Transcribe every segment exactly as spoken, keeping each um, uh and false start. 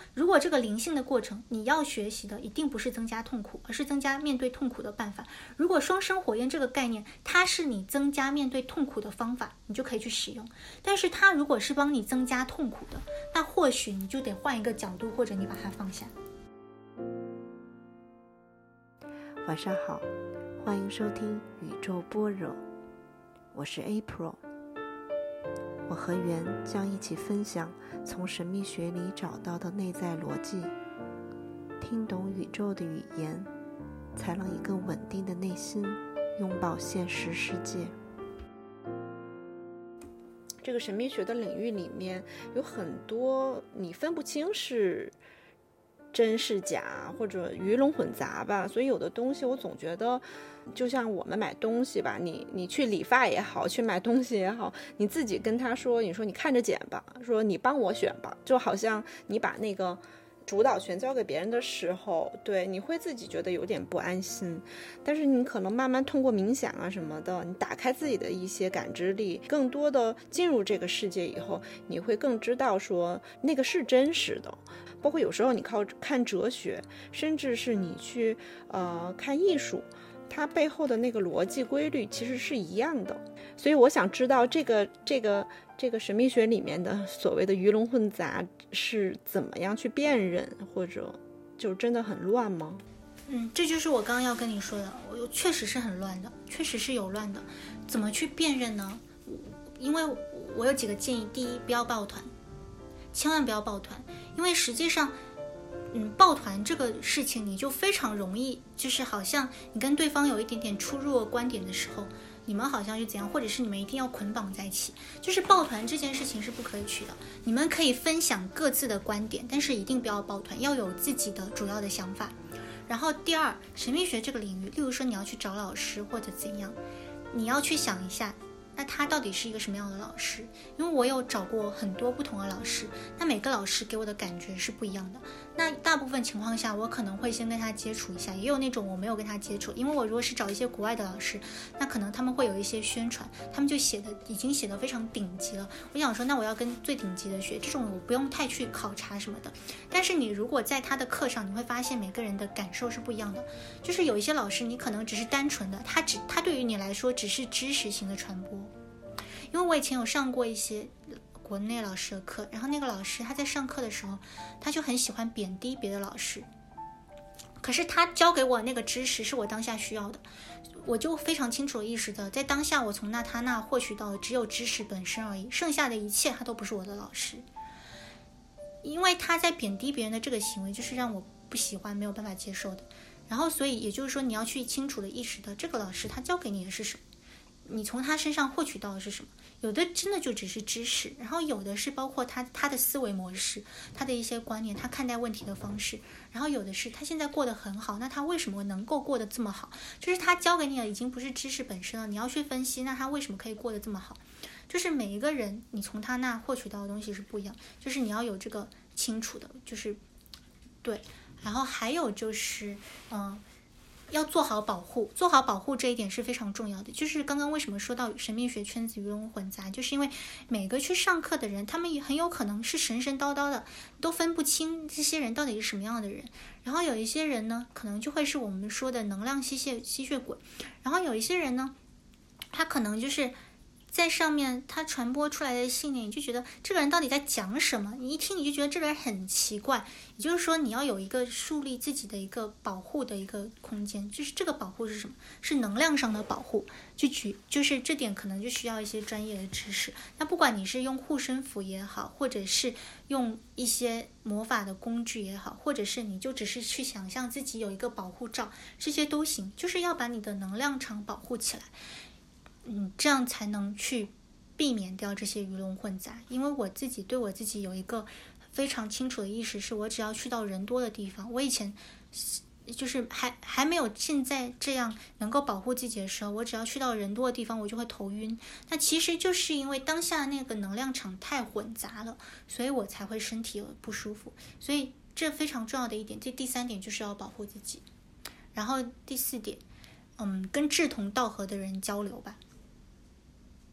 如果这个灵性的过程你要学习的一定不是增加痛苦，而是增加面对痛苦的办法。如果双生火焰这个概念它是你增加面对痛苦的方法，你就可以去使用。但是它如果是帮你增加痛苦的，那或许你就得换一个角度，或者你把它放下。 晚上好，欢迎收听宇宙般若，我是 April。我和圆将一起分享从神秘学里找到的内在逻辑，听懂宇宙的语言，才能以更稳定的内心拥抱现实世界。这个神秘学的领域里面有很多你分不清是真是假，或者鱼龙混杂吧，所以有的东西我总觉得就像我们买东西吧，你你去理发也好，去买东西也好，你自己跟他说，你说你看着捡吧，说你帮我选吧，就好像你把那个主导权交给别人的时候，对，你会自己觉得有点不安心。但是你可能慢慢通过冥想啊什么的，你打开自己的一些感知力，更多的进入这个世界以后，你会更知道说那个是真实的。包括有时候你靠看哲学，甚至是你去呃看艺术，它背后的那个逻辑规律其实是一样的。所以我想知道这个这个这个神秘学里面的所谓的鱼龙混杂是怎么样去辨认，或者就真的很乱吗？ 嗯，这就是我刚刚要跟你说的，我确实是很乱的，确实是有乱的。怎么去辨认呢？因为我有几个建议。第一，不要抱团，千万不要抱团，因为实际上嗯，抱团这个事情你就非常容易，就是好像你跟对方有一点点出入的观点的时候，你们好像是怎样，或者是你们一定要捆绑在一起。就是抱团这件事情是不可以去的，你们可以分享各自的观点，但是一定不要抱团，要有自己的主要的想法。然后第二，神秘学这个领域，例如说你要去找老师或者怎样，你要去想一下那他到底是一个什么样的老师。因为我有找过很多不同的老师，那每个老师给我的感觉是不一样的。那大部分情况下我可能会先跟他接触一下，也有那种我没有跟他接触，因为我如果是找一些国外的老师，那可能他们会有一些宣传，他们就写的已经写的非常顶级了，我想说那我要跟最顶级的学，这种我不用太去考察什么的。但是你如果在他的课上，你会发现每个人的感受是不一样的。就是有一些老师你可能只是单纯的，他只他对于你来说只是知识型的传播。因为我以前有上过一些国内老师的课，然后那个老师他在上课的时候，他就很喜欢贬低别的老师，可是他教给我那个知识是我当下需要的，我就非常清楚的意识到，在当下我从那他那获取到的只有知识本身而已，剩下的一切他都不是我的老师。因为他在贬低别人的这个行为就是让我不喜欢，没有办法接受的。然后所以也就是说，你要去清楚的意识到这个老师他教给你的是什么，你从他身上获取到的是什么。有的真的就只是知识，然后有的是包括他他的思维模式，他的一些观念，他看待问题的方式，然后有的是他现在过得很好，那他为什么能够过得这么好，就是他教给你的已经不是知识本身了，你要去分析那他为什么可以过得这么好。就是每一个人你从他那获取到的东西是不一样，就是你要有这个清楚的，就是对。然后还有就是嗯要做好保护，做好保护这一点是非常重要的。就是刚刚为什么说到神秘学圈子鱼龙混杂，就是因为每个去上课的人，他们也很有可能是神神叨叨的，都分不清这些人到底是什么样的人。然后有一些人呢，可能就会是我们说的能量吸血吸血鬼。然后有一些人呢，他可能就是在上面他传播出来的信念，你就觉得这个人到底在讲什么，你一听你就觉得这个人很奇怪。也就是说你要有一个树立自己的一个保护的一个空间，就是这个保护是什么，是能量上的保护。就举就是这点可能就需要一些专业的知识。那不管你是用护身符也好，或者是用一些魔法的工具也好，或者是你就只是去想象自己有一个保护罩，这些都行，就是要把你的能量场保护起来。嗯，这样才能去避免掉这些鱼龙混杂。因为我自己对我自己有一个非常清楚的意识，是我只要去到人多的地方，我以前就是还还没有现在这样能够保护自己的时候，我只要去到人多的地方我就会头晕。那其实就是因为当下那个能量场太混杂了，所以我才会身体不舒服。所以这非常重要的一点。这第三点就是要保护自己。然后第四点，嗯，跟志同道合的人交流吧。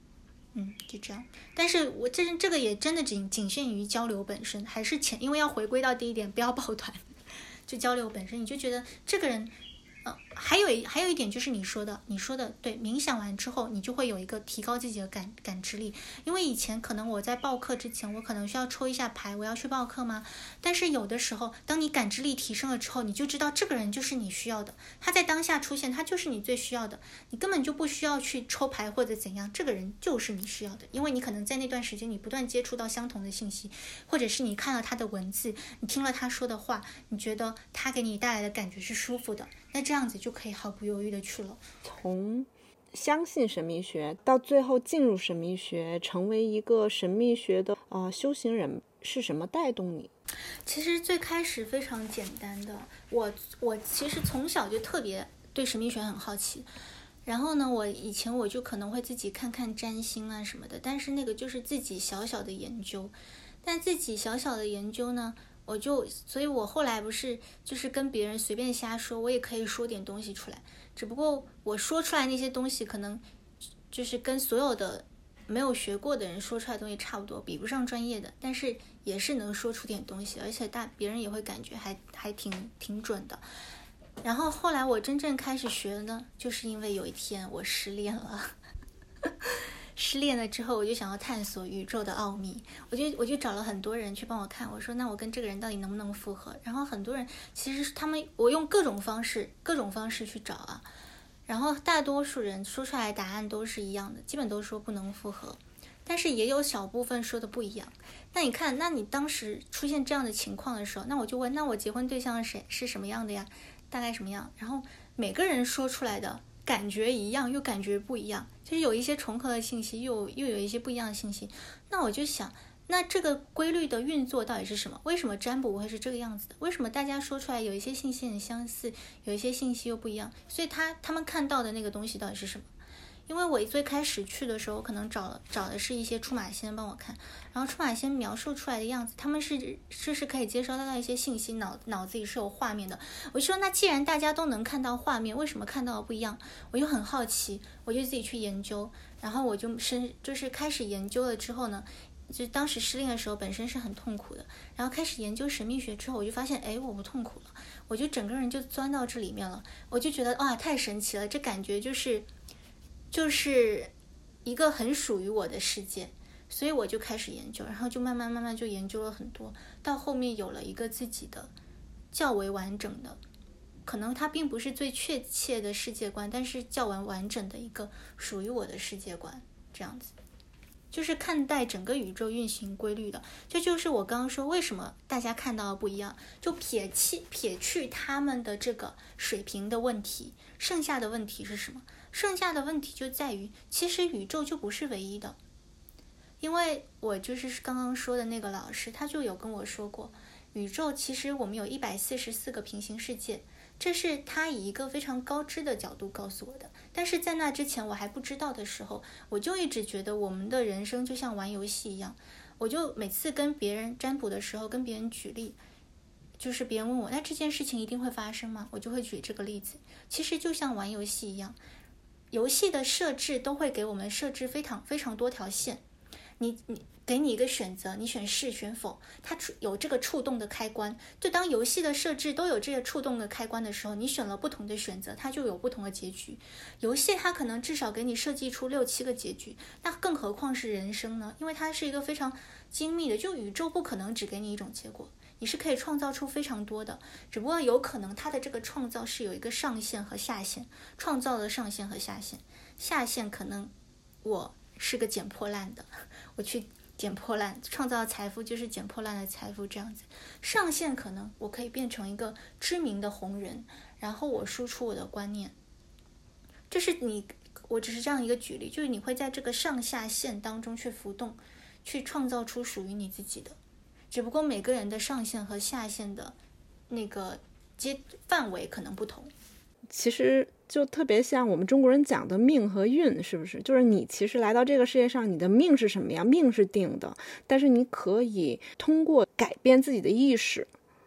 嗯，就这样。但是我这这个也真的仅仅限于交流本身，还是前，因为要回归到第一点，不要抱团，就交流本身，你就觉得这个人。呃，还有一还有一点就是你说的，你说的对，冥想完之后，你就会有一个提高自己的感感知力。因为以前可能我在报课之前，我可能需要抽一下牌，我要去报课吗？但是有的时候，当你感知力提升了之后，你就知道这个人就是你需要的，他在当下出现，他就是你最需要的，你根本就不需要去抽牌或者怎样，这个人就是你需要的，因为你可能在那段时间你不断接触到相同的信息，或者是你看了他的文字，你听了他说的话，你觉得他给你带来的感觉是舒服的。那这样子就可以毫不犹豫的去了。 从相信神秘学到最后进入神秘学，成为一个神秘学的呃修行人，是什么带动你？ 其实最开始非常简单的，我我其实从小就特别对神秘学很好奇。然后呢，我以前我就可能会自己看看占星啊什么的，但是那个就是自己小小的研究。但自己小小的研究呢，我就，所以我后来不是就是跟别人随便瞎说，我也可以说点东西出来，只不过我说出来那些东西可能就是跟所有的没有学过的人说出来的东西差不多，比不上专业的，但是也是能说出点东西，而且大别人也会感觉还还挺挺准的。然后后来我真正开始学呢，就是因为有一天我失恋了。失恋了之后，我就想要探索宇宙的奥秘，我就我就找了很多人去帮我看，我说那我跟这个人到底能不能复合？然后很多人其实他们，我用各种方式各种方式去找啊，然后大多数人说出来的答案都是一样的，基本都说不能复合，但是也有小部分说的不一样。那你看，那你当时出现这样的情况的时候，那我就问，那我结婚对象是谁？是什么样的呀？大概什么样？然后每个人说出来的感觉一样，又感觉不一样，就是有一些重合的信息，又又有一些不一样的信息。那我就想，那这个规律的运作到底是什么？为什么占卜会是这个样子的？为什么大家说出来有一些信息很相似，有一些信息又不一样？所以他他们看到的那个东西到底是什么？因为我最开始去的时候，可能找了找的是一些出马仙帮我看，然后出马仙描述出来的样子，他们是是是可以接收到一些信息，脑脑子里是有画面的。我就说，那既然大家都能看到画面，为什么看到的不一样？我就很好奇，我就自己去研究，然后我就是就是开始研究了之后呢，就当时失恋的时候本身是很痛苦的，然后开始研究神秘学之后，我就发现，哎，我不痛苦了，我就整个人就钻到这里面了，我就觉得哇，太神奇了，这感觉就是。就是一个很属于我的世界，所以我就开始研究，然后就慢慢慢慢就研究了很多，到后面有了一个自己的较为完整的，可能它并不是最确切的世界观，但是较为完整的一个属于我的世界观，这样子就是看待整个宇宙运行规律的。这就是我刚刚说为什么大家看到的不一样，就撇弃撇去他们的这个水平的问题，剩下的问题是什么？剩下的问题就在于，其实宇宙就不是唯一的。因为我就是刚刚说的那个老师，他就有跟我说过，宇宙其实我们有一百四十四个平行世界，这是他以一个非常高知的角度告诉我的。但是在那之前我还不知道的时候，我就一直觉得我们的人生就像玩游戏一样。我就每次跟别人占卜的时候，跟别人举例，就是别人问我，那这件事情一定会发生吗？我就会举这个例子，其实就像玩游戏一样。游戏的设置都会给我们设置非常非常多条线，你你给你一个选择，你选是选否，它有这个触动的开关。就当游戏的设置都有这个触动的开关的时候，你选了不同的选择，它就有不同的结局。游戏它可能至少给你设计出六七个结局，那更何况是人生呢？因为它是一个非常精密的，就宇宙不可能只给你一种结果，你是可以创造出非常多的，只不过有可能它的这个创造是有一个上限和下限，创造的上限和下限，下限可能我是个捡破烂的，我去捡破烂，创造财富就是捡破烂的财富这样子。上限可能我可以变成一个知名的红人，然后我输出我的观念，这是你，我只是这样一个举例，就是你会在这个上下限当中去浮动，去创造出属于你自己的。只不过每个人的上限和下限的那个阶范围可能不同。 其实就特别像我们中国人讲的命和运，是不是？就是你其实来到这个世界上，你的命是什么样？命是定的，但是你可以通过改变自己的意识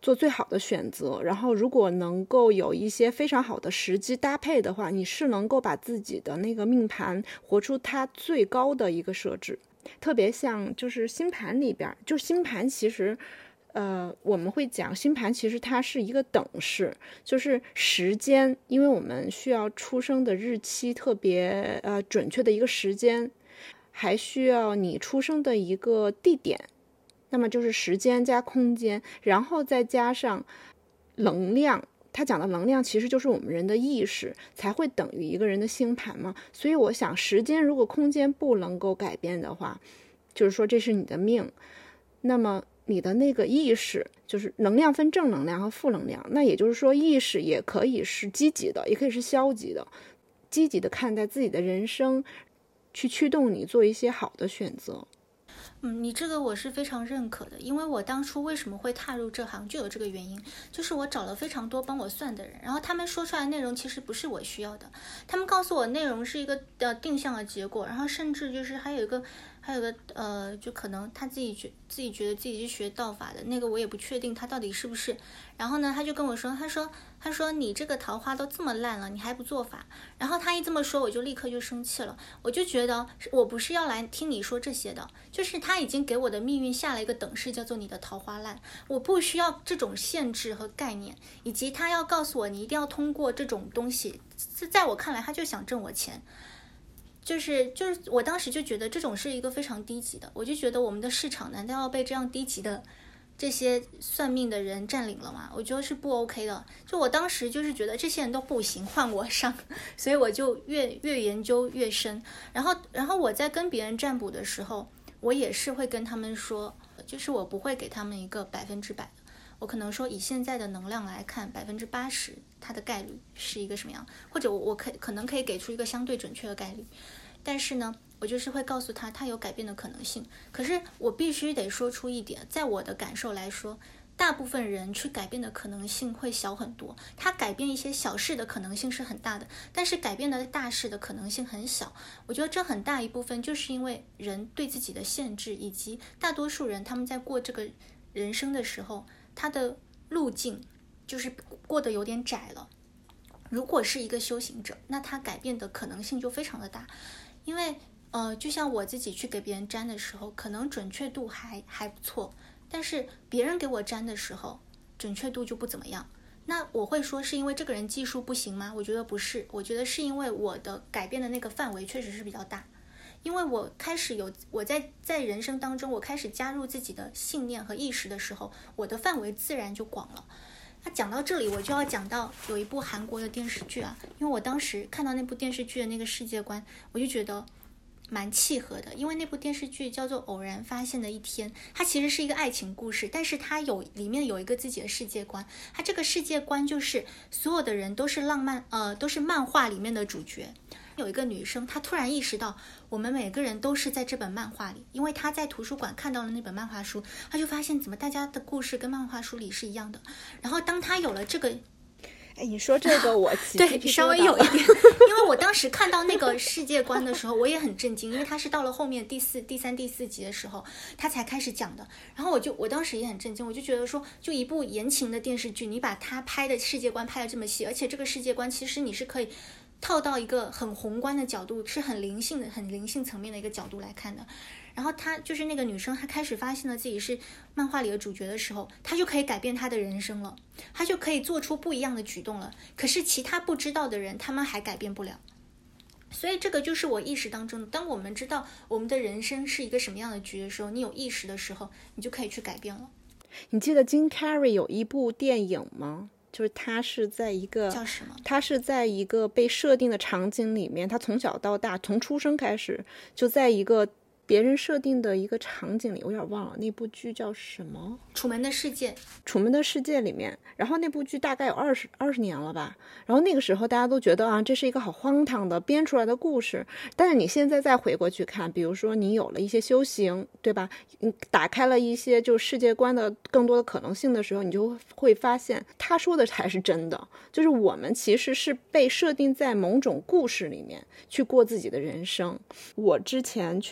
做最好的选择，然后如果能够有一些非常好的时机搭配的话，你是能够把自己的那个命盘活出它最高的一个设置。特别像就是星盘里边，就星盘其实呃，我们会讲星盘其实它是一个等式，就是时间，因为我们需要出生的日期特别呃准确的一个时间，还需要你出生的一个地点，那么就是时间加空间，然后再加上能量。他讲的能量其实就是我们人的意识，才会等于一个人的星盘嘛。所以我想时间如果空间不能够改变的话，就是说这是你的命，那么你的那个意识，就是能量分正能量和负能量，那也就是说意识也可以是积极的，也可以是消极的。积极的看待自己的人生，去驱动你做一些好的选择。 嗯，你这个我是非常认可的，因为我当初为什么会踏入这行，就有这个原因，就是我找了非常多帮我算的人，然后他们说出来的内容其实不是我需要的，他们告诉我内容是一个呃定向的结果，然后甚至就是还有一个还有个呃，就可能他自己觉自己觉得自己是学道法的那个，我也不确定他到底是不是。然后呢，他就跟我说，他说他说你这个桃花都这么烂了，你还不做法？然后他一这么说，我就立刻就生气了，我就觉得我不是要来听你说这些的，就是他已经给我的命运下了一个等式，叫做你的桃花烂，我不需要这种限制和概念，以及他要告诉我你一定要通过这种东西，在我看来他就想挣我钱。就是就是我当时就觉得这种是一个非常低级的，我就觉得我们的市场难道要被这样低级的这些算命的人占领了吗？我觉得是不 OK 的。就我当时就是觉得这些人都不行，换我上，所以我就越越研究越深。然后然后我在跟别人占卜的时候，我也是会跟他们说，就是我不会给他们一个百分之百的，我可能说以现在的能量来看，百分之八十它的概率是一个什么样，或者我我可可能可以给出一个相对准确的概率，但是呢，我就是会告诉他，他有改变的可能性。可是我必须得说出一点，在我的感受来说，大部分人去改变的可能性会小很多。他改变一些小事的可能性是很大的，但是改变的大事的可能性很小。我觉得这很大一部分就是因为人对自己的限制，以及大多数人他们在过这个人生的时候，他的路径就是过得有点窄了。如果是一个修行者，那他改变的可能性就非常的大。因为呃，就像我自己去给别人占的时候，可能准确度还还不错，但是别人给我占的时候，准确度就不怎么样。那我会说是因为这个人技术不行吗？我觉得不是，我觉得是因为我的改变的那个范围确实是比较大。因为我开始有我在在人生当中，我开始加入自己的信念和意识的时候，我的范围自然就广了。那讲到这里，我就要讲到有一部韩国的电视剧啊，因为我当时看到那部电视剧的那个世界观，我就觉得蛮契合的。因为那部电视剧叫做《偶然发现的一天》，它其实是一个爱情故事，但是它有里面有一个自己的世界观。它这个世界观就是所有的人都是浪漫，呃，都是漫画里面的主角。有一个女生，她突然意识到我们每个人都是在这本漫画里，因为她在图书馆看到了那本漫画书，她就发现怎么大家的故事跟漫画书里是一样的。然后当她有了这个， 哎，你说这个我起对，稍微有一点，因为我当时看到那个世界观的时候，我也很震惊，因为他是到了后面第四、第三、第四集的时候，他才开始讲的。然后我就我当时也很震惊，我就觉得说，就一部言情的电视剧，你把它拍的世界观拍的这么细，而且这个世界观其实你是可以套到一个很宏观的角度，是很灵性的、很灵性层面的一个角度来看的。然后她就是那个女生，她开始发现了自己是漫画里的主角的时候，她就可以改变她的人生了，她就可以做出不一样的举动了。可是其他不知道的人，他们还改变不了。所以这个就是我意识当中的，当我们知道我们的人生是一个什么样的局的时候，你有意识的时候，你就可以去改变了。 你记得金凯瑞有一部电影吗？就是他是在一个叫什么？ 他是在一个被设定的场景里面，他从小到大，从出生开始就在一个别人设定的一个场景里，我有点忘了那部剧叫什么， 楚门的世界。 楚门的世界里面，然后那部剧大概有二十二十年了吧，然后那个时候大家都觉得啊，这是一个好荒唐的编出来的故事，但是你现在再回过去看，比如说你有了一些修行，对吧，你打开了一些就世界观的更多的可能性的时候，你就会发现他说的才是真的，就是我们其实是被设定在某种故事里面去过自己的人生。我之前确实是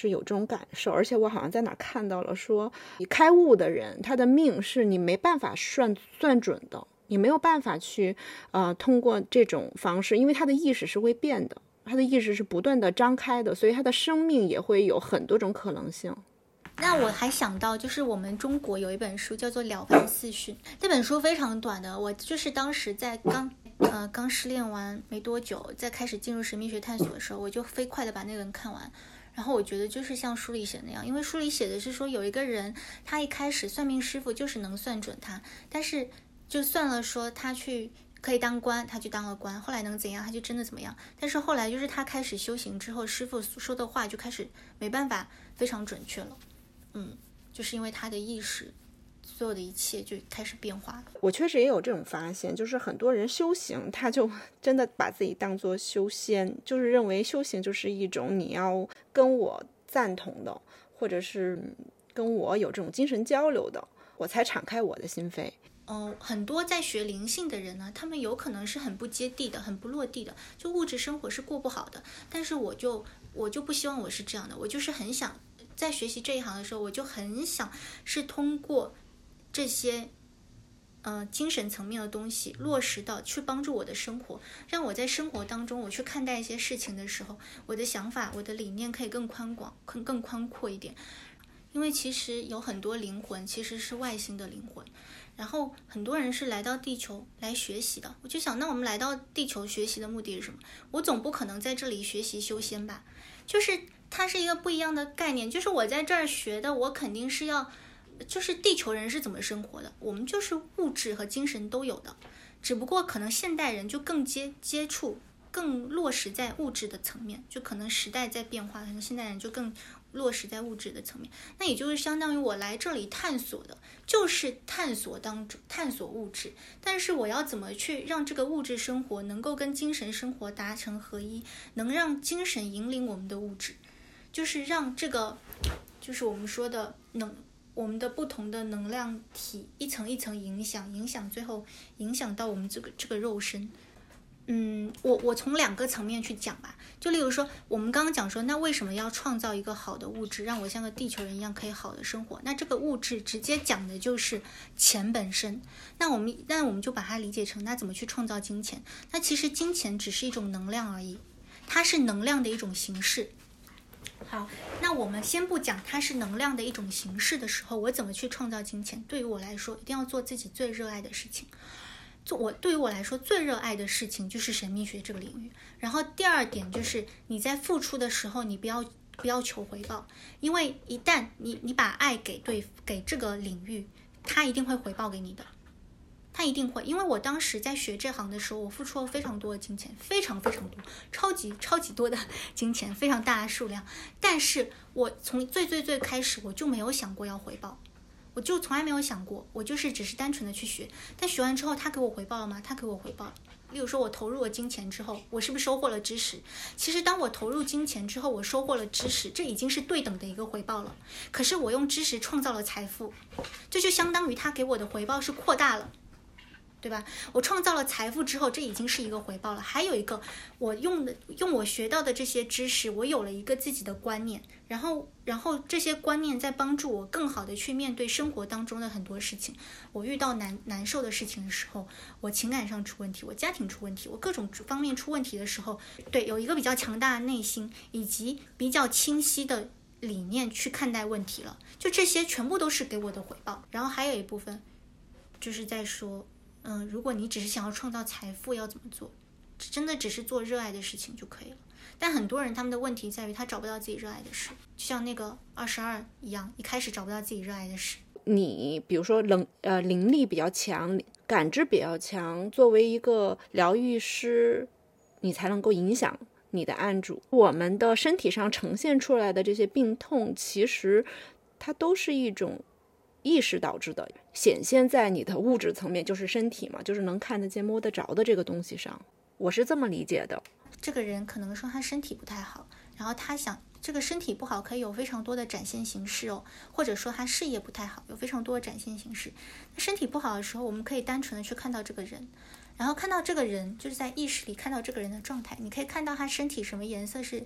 是有这种感受，而且我好像在哪看到了说，你开悟的人他的命是你没办法算算准的，你没有办法去呃通过这种方式，因为他的意识是会变的，他的意识是不断的张开的，所以他的生命也会有很多种可能性。 那我还想到，就是我们中国有一本书叫做《了凡四训》，这本书非常短的，我就是当时在刚呃刚失恋完没多久，在开始进入神秘学探索的时候，我就飞快的把那个人看完。然后我觉得就是像书里写的那样，因为书里写的是说有一个人，他一开始算命师傅就是能算准他，但是就算了说他去可以当官，他去当了官，后来能怎样，他就真的怎么样。但是后来就是他开始修行之后，师傅说的话就开始没办法非常准确了。嗯，就是因为他的意识，所有的一切就开始变化了。 我确实也有这种发现，就是很多人修行，他就真的把自己当作修仙，就是认为修行就是一种你要跟我赞同的，或者是跟我有这种精神交流的，我才敞开我的心扉。 哦，很多在学灵性的人呢，他们有可能是很不接地的，很不落地的，就物质生活是过不好的。但是我就我就不希望我是这样的，我就是很想在学习这一行的时候，我就很想是通过这些呃精神层面的东西落实到去帮助我的生活，让我在生活当中我去看待一些事情的时候，我的想法我的理念可以更宽广更更宽阔一点。因为其实有很多灵魂其实是外星的灵魂，然后很多人是来到地球来学习的。我就想，那我们来到地球学习的目的是什么？我总不可能在这里学习修仙吧，就是它是一个不一样的概念。就是我在这儿学的，我肯定是要就是地球人是怎么生活的，我们就是物质和精神都有的，只不过可能现代人就更接接触更落实在物质的层面，就可能时代在变化，可能现代人就更落实在物质的层面。那也就是相当于我来这里探索的就是探索当中探索物质，但是我要怎么去让这个物质生活能够跟精神生活达成合一，能让精神引领我们的物质，就是让这个就是我们说的能我们的不同的能量体一层一层影响影响最后影响到我们这个这个肉身。嗯，我我从两个层面去讲吧，就例如说，我们刚刚讲说，那为什么要创造一个好的物质，让我像个地球人一样可以好的生活？那这个物质直接讲的就是钱本身。那我们那我们就把它理解成，那怎么去创造金钱？那其实金钱只是一种能量而已，它是能量的一种形式。好，那我们先不讲它是能量的一种形式的时候，我怎么去创造金钱？对于我来说，一定要做自己最热爱的事情。做我对于我来说最热爱的事情就是神秘学这个领域。然后第二点就是你在付出的时候，你不要不要求回报，因为一旦你你把爱给对给这个领域，它一定会回报给你的，它一定会。因为我当时在学这行的时候，我付出了非常多的金钱，非常非常多，超级超级多的金钱，非常大的数量。但是我从最最最开始我就没有想过要回报。我就从来没有想过，我就是只是单纯的去学，但学完之后他给我回报了吗？他给我回报了。例如说我投入了金钱之后，我是不是收获了知识？其实当我投入金钱之后，我收获了知识，这已经是对等的一个回报了。可是我用知识创造了财富，这就相当于他给我的回报是扩大了，对吧？我创造了财富之后，这已经是一个回报了。还有一个，我用的用我学到的这些知识，我有了一个自己的观念，然后然后这些观念在帮助我更好的去面对生活当中的很多事情。我遇到难难受的事情的时候，我情感上出问题，我家庭出问题，我各种方面出问题的时候，对，有一个比较强大的内心以及比较清晰的理念去看待问题了，就这些全部都是给我的回报。然后还有一部分就是在说嗯，如果你只是想要创造财富要怎么做，真的只是做热爱的事情就可以了。但很多人他们的问题在于他找不到自己热爱的事，就像那个二十二一样，一开始找不到自己热爱的事。 你比如说能呃灵力比较强，感知比较强，作为一个疗愈师，你才能够影响你的案主。我们的身体上呈现出来的这些病痛，其实它都是一种意识导致的，显现在你的物质层面，就是身体嘛，就是能看得见摸得着的这个东西上。我是这么理解的。 这个人可能说他身体不太好，然后他想这个身体不好可以有非常多的展现形式哦，或者说他事业不太好，有非常多的展现形式。那身体不好的时候，我们可以单纯的去看到这个人，然后看到这个人就是在意识里看到这个人的状态，你可以看到他身体什么颜色是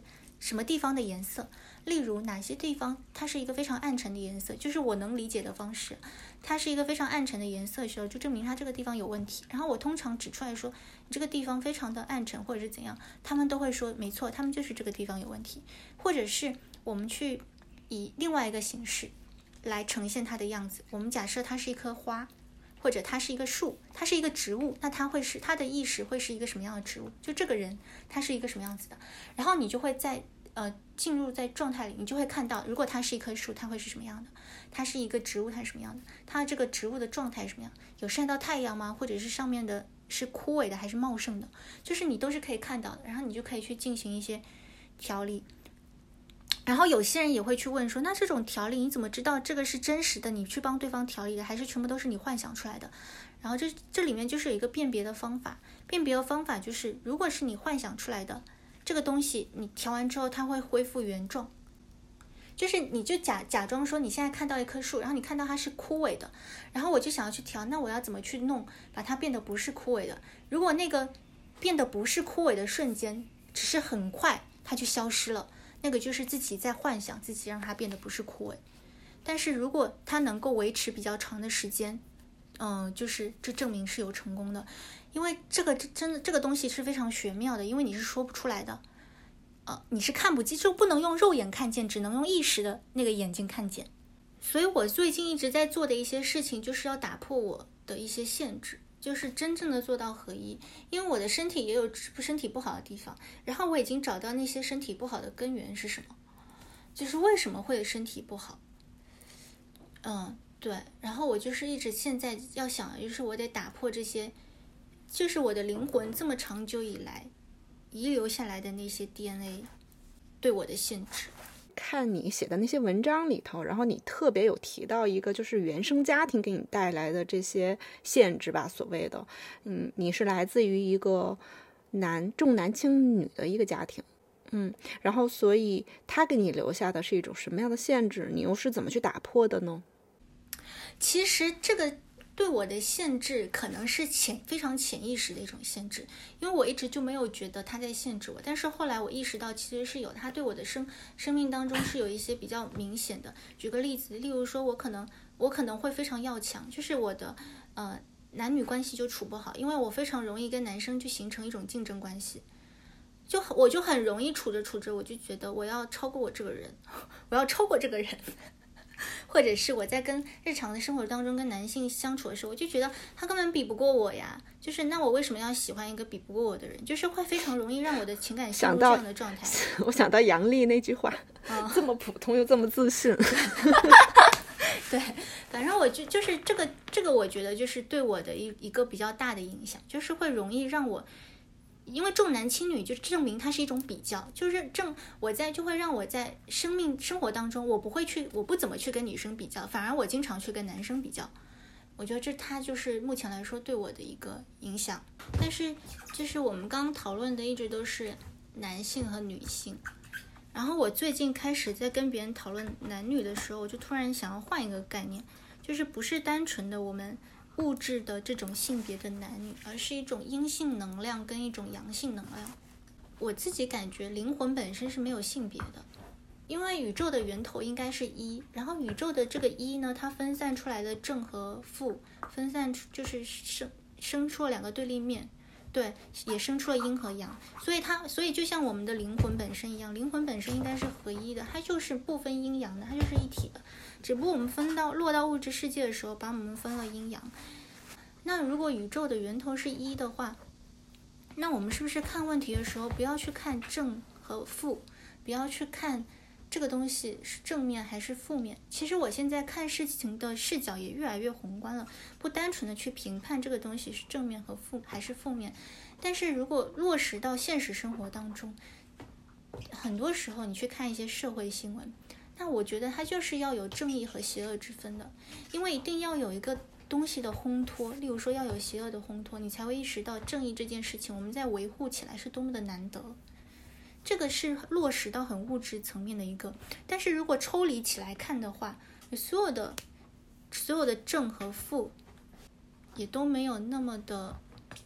什么地方的颜色，例如哪些地方它是一个非常暗沉的颜色，就是我能理解的方式，它是一个非常暗沉的颜色的时候，就证明它这个地方有问题。然后我通常指出来说你这个地方非常的暗沉或者是怎样，他们都会说没错，他们就是这个地方有问题。或者是我们去以另外一个形式来呈现它的样子，我们假设它是一棵花，或者它是一个树，它是一个植物，那它会是它的意识会是一个什么样的植物，就这个人他是一个什么样子的，然后你就会在呃进入在状态里，你就会看到如果它是一棵树它会是什么样的，它是一个植物它是什么样的，它这个植物的状态是什么样，有晒到太阳吗，或者是上面的是枯萎的还是茂盛的，就是你都是可以看到的，然后你就可以去进行一些调理。然后有些人也会去问说，那这种调理你怎么知道这个是真实的，你去帮对方调理的，还是全部都是你幻想出来的？然后这这里面就是有一个辨别的方法，辨别的方法就是如果是你幻想出来的这个东西，你调完之后它会恢复原状，就是你就假假装说你现在看到一棵树，然后你看到它是枯萎的，然后我就想要去调，那我要怎么去弄把它变得不是枯萎的？如果那个变得不是枯萎的瞬间只是很快它就消失了，那个就是自己在幻想自己让它变得不是枯萎。但是如果它能够维持比较长的时间，嗯、呃，就是这证明是有成功的。因为这个真的这个东西是非常玄妙的，因为你是说不出来的，呃，你是看不见，就不能用肉眼看见，只能用意识的那个眼睛看见。所以我最近一直在做的一些事情，就是要打破我的一些限制，就是真正的做到合一。因为我的身体也有身体不好的地方，然后我已经找到那些身体不好的根源是什么，就是为什么会身体不好。嗯，对，然后我就是一直现在要想的就是我得打破这些，就是我的灵魂这么长久以来遗留下来的那些 D N A 对我的限制。 看你写的那些文章里头，然后你特别有提到一个就是原生家庭给你带来的这些限制吧，所谓的嗯，你是来自于一个男重男轻女的一个家庭，嗯，然后所以他给你留下的是一种什么样的限制，你又是怎么去打破的呢？ 其实这个对我的限制可能是潜非常潜意识的一种限制，因为我一直就没有觉得他在限制我，但是后来我意识到其实是有，他对我的生生命当中是有一些比较明显的。举个例子，例如说我可能我可能会非常要强，就是我的呃男女关系就处不好，因为我非常容易跟男生去形成一种竞争关系，就我就很容易处着处着我就觉得我要超过我这个人，我要超过这个人。或者是我在跟日常的生活当中跟男性相处的时候，我就觉得他根本比不过我呀，就是那我为什么要喜欢一个比不过我的人，就是会非常容易让我的情感陷入这样的状态。 我想到杨笠那句话、哦、这么普通又这么自信。 对，反正我就就是这个这个我觉得就是对我的一一个比较大的影响，就是会容易让我，因为重男轻女就证明它是一种比较，就是正我在就会让我在生命生活当中，我不会去我不怎么去跟女生比较，反而我经常去跟男生比较。我觉得这它就是目前来说对我的一个影响。但是就是我们刚刚讨论的一直都是男性和女性，然后我最近开始在跟别人讨论男女的时候，我就突然想要换一个概念，就是不是单纯的我们物质的这种性别的男女，而是一种阴性能量跟一种阳性能量。我自己感觉灵魂本身是没有性别的，因为宇宙的源头应该是一，然后宇宙的这个一呢，它分散出来的正和负，分散出就是生生出了两个对立面，对，也生出了阴和阳，所以它所以就像我们的灵魂本身一样，灵魂本身应该是合一的，它就是不分阴阳的，它就是一体的。只不过我们分到落到物质世界的时候，把我们分了阴阳。那如果宇宙的源头是一的话，那我们是不是看问题的时候不要去看正和负，不要去看这个东西是正面还是负面？其实我现在看事情的视角也越来越宏观了，不单纯的去评判这个东西是正面和负还是负面。但是如果落实到现实生活当中，很多时候你去看一些社会新闻，那我觉得它就是要有正义和邪恶之分的，因为一定要有一个东西的烘托，例如说要有邪恶的烘托，你才会意识到正义这件事情我们在维护起来是多么的难得。这个是落实到很物质层面的一个，但是如果抽离起来看的话，所有的所有的正和负也都没有那么的败，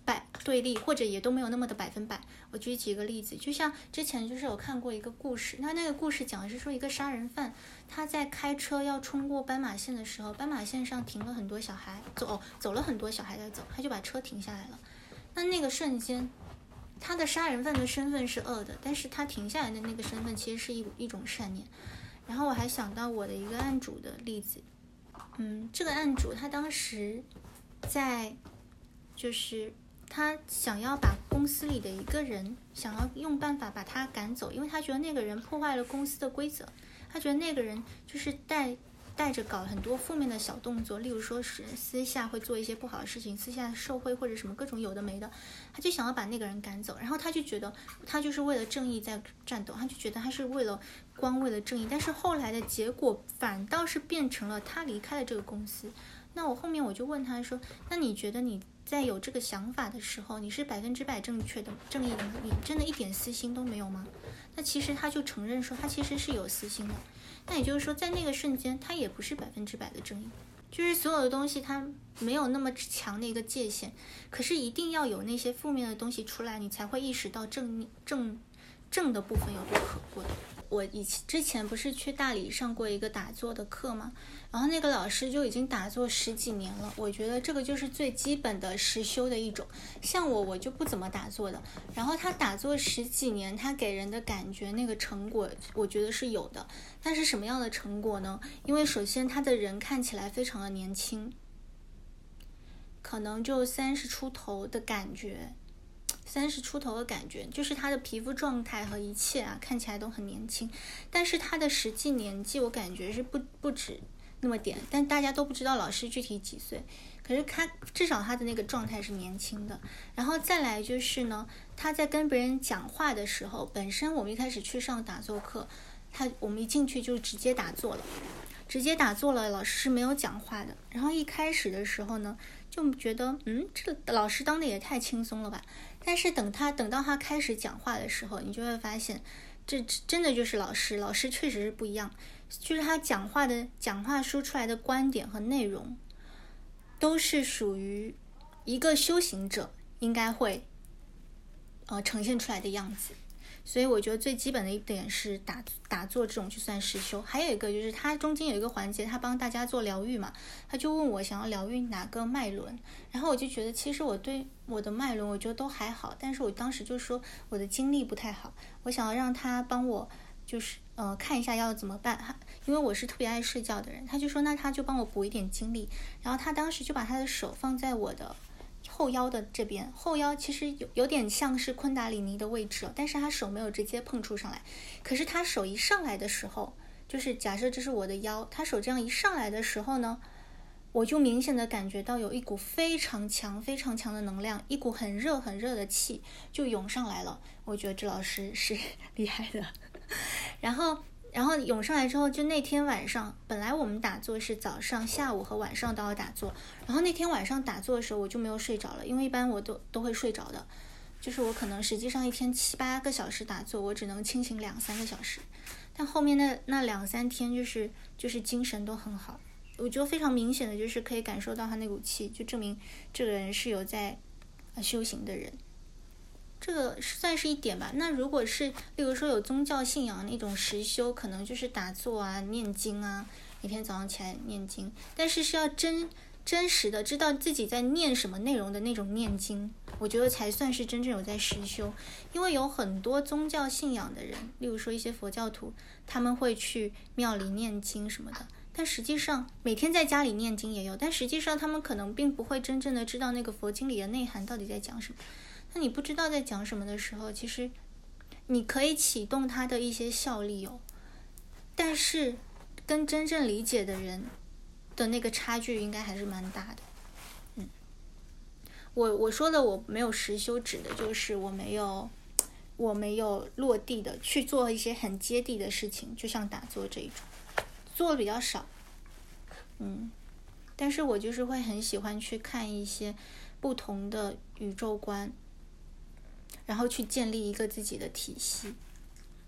对立，或者也都没有那么的百分百。我举几个例子，就像之前就是有看过一个故事，那那个故事讲的是说一个杀人犯他在开车要冲过斑马线的时候，斑马线上停了很多小孩，走、哦、走了很多小孩在走，他就把车停下来了。那那个瞬间，他的杀人犯的身份是恶的，但是他停下来的那个身份其实是一一种善念。然后我还想到我的一个案主的例子，嗯，这个案主他当时在就是他想要把公司里的一个人想要用办法把他赶走，因为他觉得那个人破坏了公司的规则，他觉得那个人就是带带着搞很多负面的小动作，例如说是私下会做一些不好的事情，私下受贿或者什么各种有的没的，他就想要把那个人赶走。然后他就觉得他就是为了正义在战斗，他就觉得他是为了光为了正义，但是后来的结果反倒是变成了他离开了这个公司。那我后面我就问他说，那你觉得你在有这个想法的时候，你是百分之百正确的正义的吗？你真的一点私心都没有吗？那其实他就承认说他其实是有私心的。那也就是说在那个瞬间他也不是百分之百的正义，就是所有的东西它没有那么强的一个界限，可是一定要有那些负面的东西出来，你才会意识到正正正的部分有多可贵。我以前之前不是去大理上过一个打坐的课嘛，然后那个老师就已经打坐十几年了，我觉得这个就是最基本的实修的一种。像我我就不怎么打坐的，然后他打坐十几年，他给人的感觉那个成果我觉得是有的。但是什么样的成果呢？因为首先他的人看起来非常的年轻，可能就三十出头的感觉，三十出头的感觉，就是他的皮肤状态和一切啊，看起来都很年轻。但是他的实际年纪，我感觉是不不止那么点，但大家都不知道老师具体几岁。可是他至少他的那个状态是年轻的。然后再来就是呢，他在跟别人讲话的时候，本身我们一开始去上打坐课，他我们一进去就直接打坐了，直接打坐了，老师是没有讲话的。然后一开始的时候呢，就觉得嗯，这老师当的也太轻松了吧。但是等他等到他开始讲话的时候，你就会发现，这真的就是老师，老师确实是不一样。就是他讲话的讲话说出来的观点和内容，都是属于一个修行者应该会呃呈现出来的样子。所以我觉得最基本的一点是打打坐这种就算实修。还有一个就是他中间有一个环节，他帮大家做疗愈嘛，他就问我想要疗愈哪个脉轮，然后我就觉得其实我对我的脉轮我觉得都还好，但是我当时就说我的精力不太好，我想要让他帮我就是呃看一下要怎么办，因为我是特别爱睡觉的人。他就说那他就帮我补一点精力，然后他当时就把他的手放在我的后腰的这边，后腰其实有有点像是昆达里尼的位置，但是他手没有直接碰触上来。可是他手一上来的时候，就是假设这是我的腰，他手这样一上来的时候呢，我就明显的感觉到有一股非常强非常强的能量，一股很热很热的气就涌上来了。我觉得这老师是厉害的。然后然后涌上来之后，就那天晚上本来我们打坐是早上下午和晚上都要打坐，然后那天晚上打坐的时候我就没有睡着了，因为一般我都都会睡着的，就是我可能实际上一天七八个小时打坐，我只能清醒两三个小时，但后面那那两三天就是就是精神都很好。我觉得非常明显的就是可以感受到他那股气，就证明这个人是有在修行的人，这个算是一点吧。那如果是例如说有宗教信仰那种实修，可能就是打坐啊念经啊，每天早上起来念经，但是是要真真实的知道自己在念什么内容的那种念经，我觉得才算是真正有在实修。因为有很多宗教信仰的人，例如说一些佛教徒，他们会去庙里念经什么的，但实际上每天在家里念经也有，但实际上他们可能并不会真正的知道那个佛经里的内涵到底在讲什么。那你不知道在讲什么的时候，其实你可以启动它的一些效力哦，但是跟真正理解的人的那个差距应该还是蛮大的。嗯，我我说的我没有实修，指的就是我没有我没有落地的去做一些很接地的事情，就像打坐这一种，做的比较少。嗯，但是我就是会很喜欢去看一些不同的宇宙观，然后去建立一个自己的体系。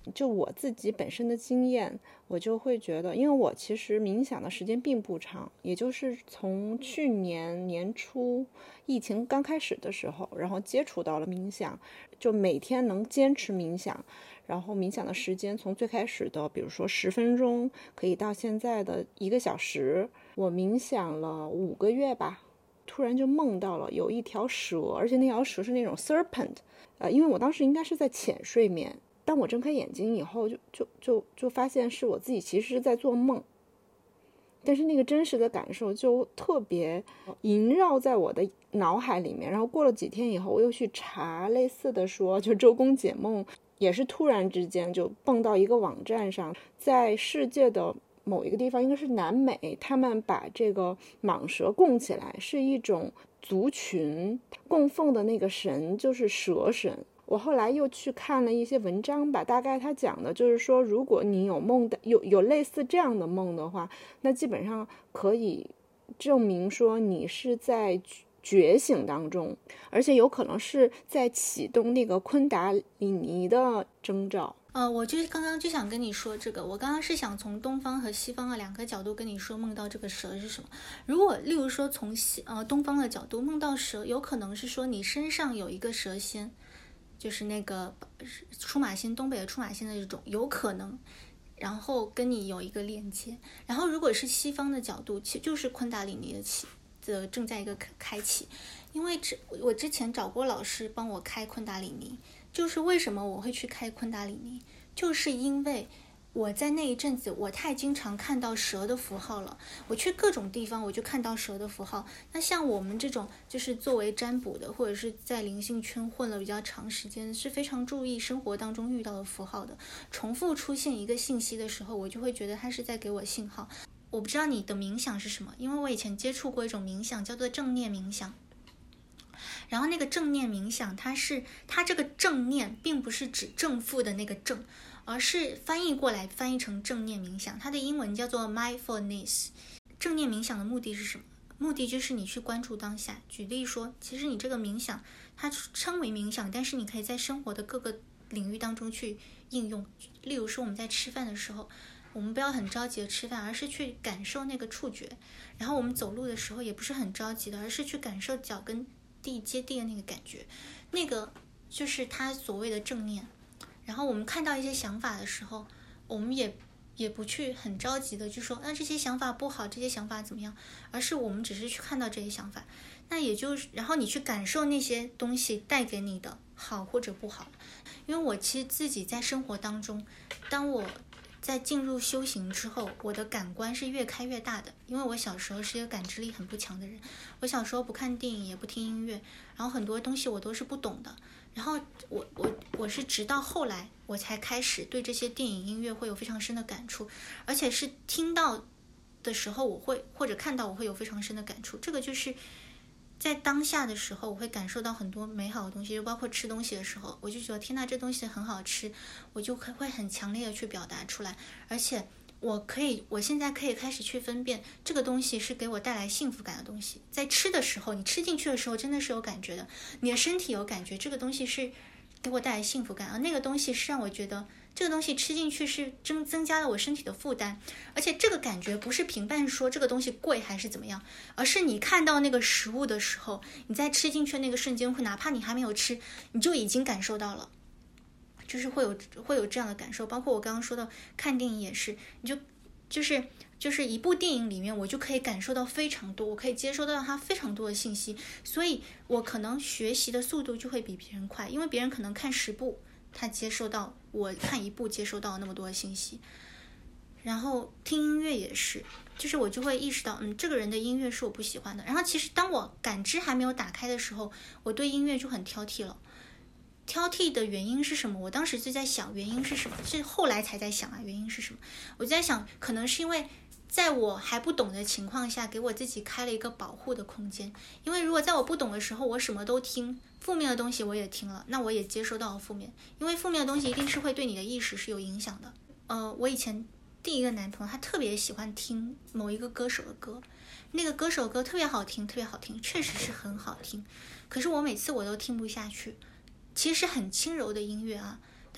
就我自己本身的经验，我就会觉得，因为我其实冥想的时间并不长，也就是从去年年初疫情刚开始的时候，然后接触到了冥想，就每天能坚持冥想，然后冥想的时间从最开始的比如说十分钟可以到现在的一个小时，我冥想了五个月吧，突然就梦到了有一条蛇，而且那条蛇是那种 serpent， 呃，因为我当时应该是在浅睡眠，当我睁开眼睛以后就就就就发现是我自己其实是在做梦，但是那个真实的感受就特别萦绕在我的脑海里面。然后过了几天以后，我又去查类似的说，就周公解梦也是突然之间就蹦到一个网站上，在世界的某一个地方，应该是南美，他们把这个蟒蛇供起来，是一种族群供奉的那个神就是蛇神。我后来又去看了一些文章吧，大概他讲的就是说，如果你有梦的有有类似这样的梦的话，那基本上可以证明说你是在觉醒当中，而且有可能是在启动那个昆达里尼的征兆。 呃，我就刚刚就想跟你说这个，我刚刚是想从东方和西方的两个角度跟你说梦到这个蛇是什么。如果例如说从西呃东方的角度梦到蛇，有可能是说你身上有一个蛇仙，就是那个出马仙，东北的出马仙的这种，有可能，然后跟你有一个链接。然后如果是西方的角度，其实就是昆达里尼的起的正在一个开启。因为这我之前找过老师帮我开昆达里尼，就是为什么我会去开昆达里尼，就是因为我在那一阵子我太经常看到蛇的符号了，我去各种地方我就看到蛇的符号。那像我们这种就是作为占卜的，或者是在灵性圈混了比较长时间，是非常注意生活当中遇到的符号的，重复出现一个信息的时候，我就会觉得它是在给我信号。我不知道你的冥想是什么，因为我以前接触过一种冥想叫做正念冥想，然后那个正念冥想，它是它这个正念并不是指正负的那个正，而是翻译过来翻译成正念冥想，它的英文叫做 mindfulness。 正念冥想的目的是什么？目的就是你去关注当下。举例说，其实你这个冥想它称为冥想，但是你可以在生活的各个领域当中去应用。例如说我们在吃饭的时候，我们不要很着急的吃饭，而是去感受那个触觉。然后我们走路的时候也不是很着急的，而是去感受脚跟地接地的那个感觉，那个就是他所谓的正念。然后我们看到一些想法的时候，我们也也不去很着急的去说那这些想法不好，这些想法怎么样，而是我们只是去看到这些想法，那也就是然后你去感受那些东西带给你的好或者不好。因为我其实自己在生活当中，当我在进入修行之后，我的感官是越开越大的。因为我小时候是一个感知力很不强的人，我小时候不看电影也不听音乐，然后很多东西我都是不懂的。然后我我我是直到后来我才开始对这些电影音乐会有非常深的感触，而且是听到的时候我会或者看到我会有非常深的感触。这个就是在当下的时候我会感受到很多美好的东西，就包括吃东西的时候，我就觉得天哪，这东西很好吃，我就会很强烈的去表达出来。而且我可以我现在可以开始去分辨这个东西是给我带来幸福感的东西。在吃的时候，你吃进去的时候真的是有感觉的，你的身体有感觉，这个东西是给我带来幸福感，而那个东西是让我觉得这个东西吃进去是增增加了我身体的负担。而且这个感觉不是评判说这个东西贵还是怎么样，而是你看到那个食物的时候，你在吃进去的那个瞬间，会哪怕你还没有吃，你就已经感受到了，就是会有会有这样的感受。包括我刚刚说的看电影也是，你就就是就是一部电影里面我就可以感受到非常多，我可以接收到它非常多的信息，所以我可能学习的速度就会比别人快，因为别人可能看十部他接收到，我看一部接收到那么多的信息。然后听音乐也是，就是我就会意识到嗯，这个人的音乐是我不喜欢的。然后其实当我感知还没有打开的时候，我对音乐就很挑剔了。挑剔的原因是什么？我当时就在想原因是什么，是后来才在想啊，原因是什么？我在想可能是因为在我还不懂的情况下，给我自己开了一个保护的空间。因为如果在我不懂的时候我什么都听，负面的东西我也听了，那我也接收到了负面，因为负面的东西一定是会对你的意识是有影响的。呃，我以前第一个男朋友他特别喜欢听某一个歌手的歌，那个歌手的歌特别好听特别好听，确实是很好听，可是我每次我都听不下去。其实是很轻柔的音乐啊，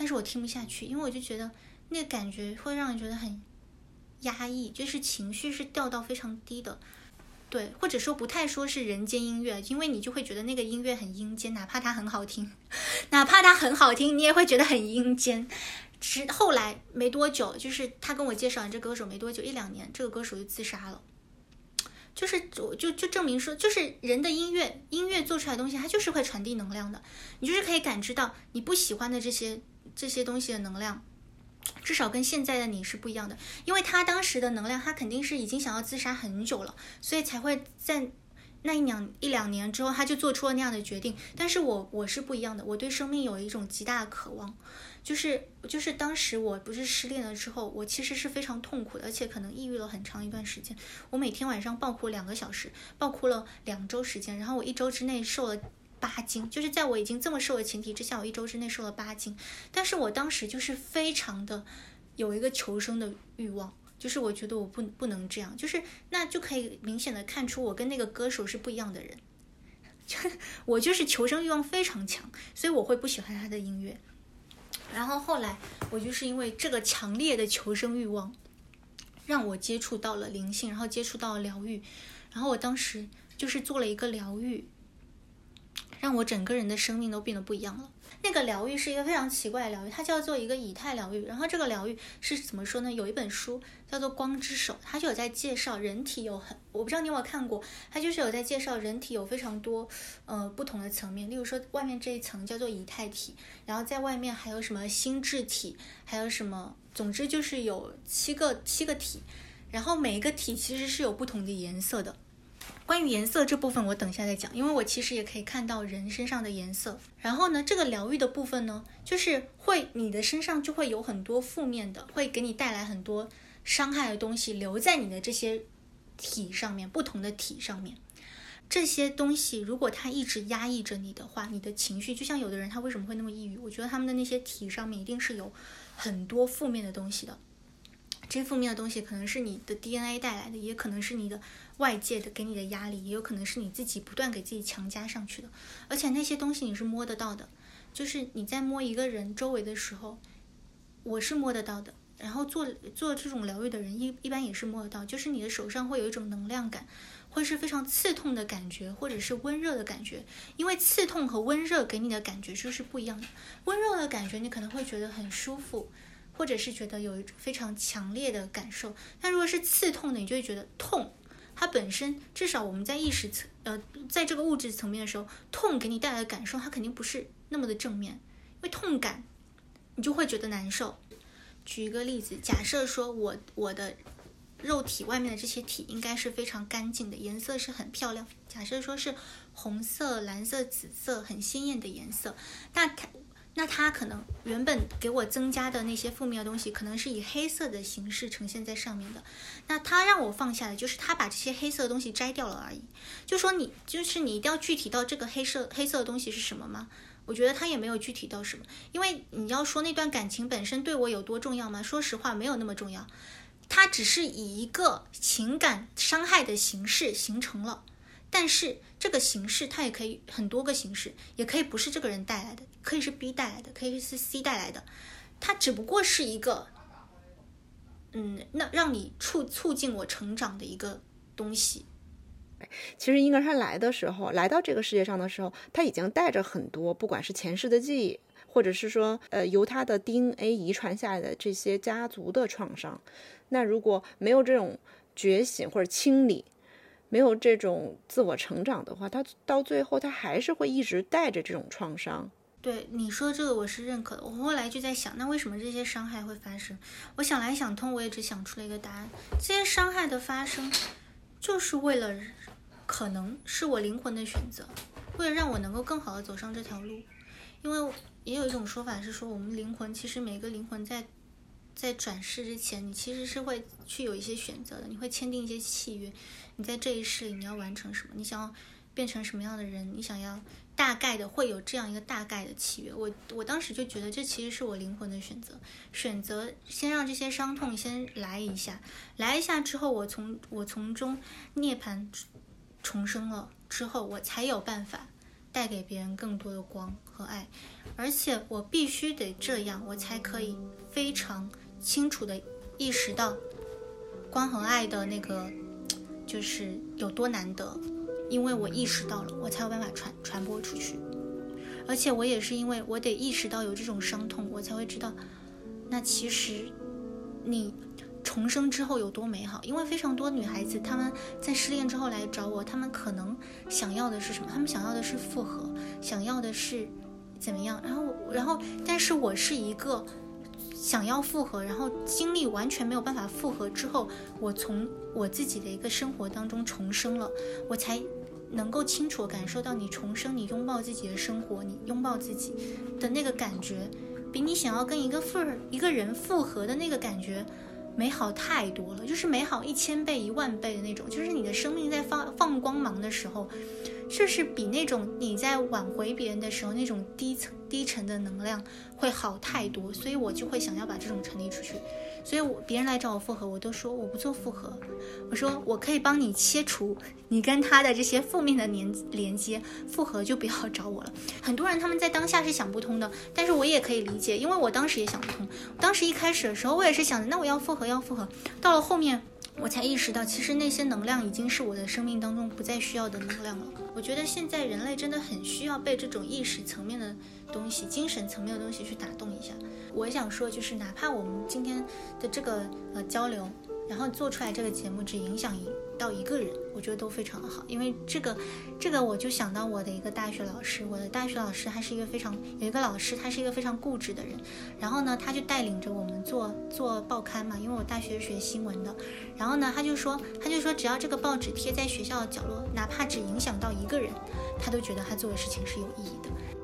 但是我听不下去，因为我就觉得那个感觉会让人觉得很压抑，就是情绪是掉到非常低的。对，或者说不太说是人间音乐，因为你就会觉得那个音乐很阴间，哪怕它很好听，哪怕它很好听，你也会觉得很阴间。直后来没多久，就是他跟我介绍完这歌手没多久，一两年，这个歌手就自杀了。就是就就就证明说，就是人的音乐，音乐做出来的东西，它就是会传递能量的。你就是可以感知到你不喜欢的这些这些东西的能量，至少跟现在的你是不一样的。因为他当时的能量，他肯定是已经想要自杀很久了，所以才会在那一两一两年之后，他就做出了那样的决定。但是我我是不一样的，我对生命有一种极大的渴望。就是就是当时我不是失恋了之后，我其实是非常痛苦的，而且可能抑郁了很长一段时间。我每天晚上爆哭两个小时，爆哭了两周时间，然后我一周之内瘦了八斤，就是在我已经这么瘦的前提之下，我一周之内瘦了八斤。但是我当时就是非常的有一个求生的欲望，就是我觉得我不不能这样，就是那就可以明显的看出我跟那个歌手是不一样的人。我就是求生欲望非常强，所以我会不喜欢他的音乐。然后后来我就是因为这个强烈的求生欲望，让我接触到了灵性，然后接触到了疗愈。然后我当时就是做了一个疗愈，让我整个人的生命都变得不一样了。那个疗愈是一个非常奇怪的疗愈，它叫做一个以太疗愈。然后这个疗愈是怎么说呢？有一本书叫做《光之手》，它就有在介绍人体有很，我不知道你有没有看过，它就是有在介绍人体有非常多呃不同的层面。例如说外面这一层叫做以太体，然后在外面还有什么心智体，还有什么，总之就是有七个七个体，然后每一个体其实是有不同的颜色的。关于颜色这部分我等一下再讲，因为我其实也可以看到人身上的颜色。然后呢，这个疗愈的部分呢，就是会你的身上就会有很多负面的，会给你带来很多伤害的东西留在你的这些体上面，不同的体上面。这些东西如果它一直压抑着你的话，你的情绪就像有的人他为什么会那么抑郁，我觉得他们的那些体上面一定是有很多负面的东西的。这些负面的东西可能是你的 D N A 带来的，也可能是你的外界的给你的压力，也有可能是你自己不断给自己强加上去的。而且那些东西你是摸得到的，就是你在摸一个人周围的时候，我是摸得到的。然后做做这种疗愈的人一一般也是摸得到，就是你的手上会有一种能量感，会是非常刺痛的感觉，或者是温热的感觉。因为刺痛和温热给你的感觉就是不一样的。温热的感觉你可能会觉得很舒服，或者是觉得有一种非常强烈的感受。但如果是刺痛的，你就会觉得痛。它本身至少我们在意识层呃，在这个物质层面的时候，痛给你带来的感受它肯定不是那么的正面，因为痛感你就会觉得难受。举一个例子，假设说我我的肉体外面的这些体应该是非常干净的，颜色是很漂亮，假设说是红色、蓝色、紫色很鲜艳的颜色，那它那它可能原本给我增加的那些负面的东西，可能是以黑色的形式呈现在上面的。那它让我放下的，就是它把这些黑色的东西摘掉了而已。就说你，就是你一定要具体到这个黑色黑色的东西是什么吗？我觉得它也没有具体到什么，因为你要说那段感情本身对我有多重要吗？说实话，没有那么重要。它只是以一个情感伤害的形式形成了。但是这个形式它也可以很多个形式，也可以不是这个人带来的，可以是 B 带来的，可以是 C 带来的。它只不过是一个嗯，那让你促促进我成长的一个东西。 其实婴儿他来的时候，来到这个世界上的时候，他已经带着很多，不管是前世的记忆，或者是说呃由他的 D N A 遗传下来的这些家族的创伤。那如果没有这种觉醒或者清理，没有这种自我成长的话，他到最后他还是会一直带着这种创伤。 对你说这个我是认可的。我后来就在想，那为什么这些伤害会发生？我想来想通，我也只想出了一个答案。这些伤害的发生就是为了，可能是我灵魂的选择，为了让我能够更好的走上这条路。因为也有一种说法是说，我们灵魂其实每个灵魂在在转世之前，你其实是会去有一些选择的，你会签订一些契约。你在这一世里你要完成什么，你想要变成什么样的人，你想要大概的会有这样一个大概的契约。我我当时就觉得这其实是我灵魂的选择，选择先让这些伤痛先来一下，来一下之后，我从我从中涅槃重生了之后，我才有办法带给别人更多的光和爱，而且我必须得这样，我才可以非常清楚地意识到光和爱的那个就是有多难得，因为我意识到了，我才有办法传传播出去。而且我也是因为我得意识到有这种伤痛，我才会知道那其实你重生之后有多美好。因为非常多女孩子她们在失恋之后来找我，她们可能想要的是什么？她们想要的是复合，想要的是怎么样，然后然后但是我是一个想要复合，然后经历完全没有办法复合之后，我从我自己的一个生活当中重生了，我才能够清楚感受到你重生，你拥抱自己的生活，你拥抱自己的那个感觉，比你想要跟一个复一个人复合的那个感觉美好太多了，就是美好一千倍一万倍的那种，就是你的生命在放放光芒的时候，就是比那种你在挽回别人的时候那种低层低沉的能量会好太多，所以我就会想要把这种传递出去。所以我别人来找我复合，我都说我不做复合，我说我可以帮你切除你跟他的这些负面的连连接，复合就不要找我了。很多人他们在当下是想不通的，但是我也可以理解，因为我当时也想不通。当时一开始的时候我也是想着那我要复合要复合，到了后面我才意识到其实那些能量已经是我的生命当中不再需要的能量了。我觉得现在人类真的很需要被这种意识层面的东西，精神层面的东西去打动一下。我想说就是哪怕我们今天的这个呃交流，然后做出来这个节目只影响到一个人，我觉得都非常的好。因为这个这个我就想到我的一个大学老师，我的大学老师他是一个非常有一个老师他是一个非常固执的人，然后呢他就带领着我们做做报刊嘛，因为我大学学新闻的，然后呢他就说他就说只要这个报纸贴在学校的角落，哪怕只影响到一个人，他都觉得他做的事情是有意义的。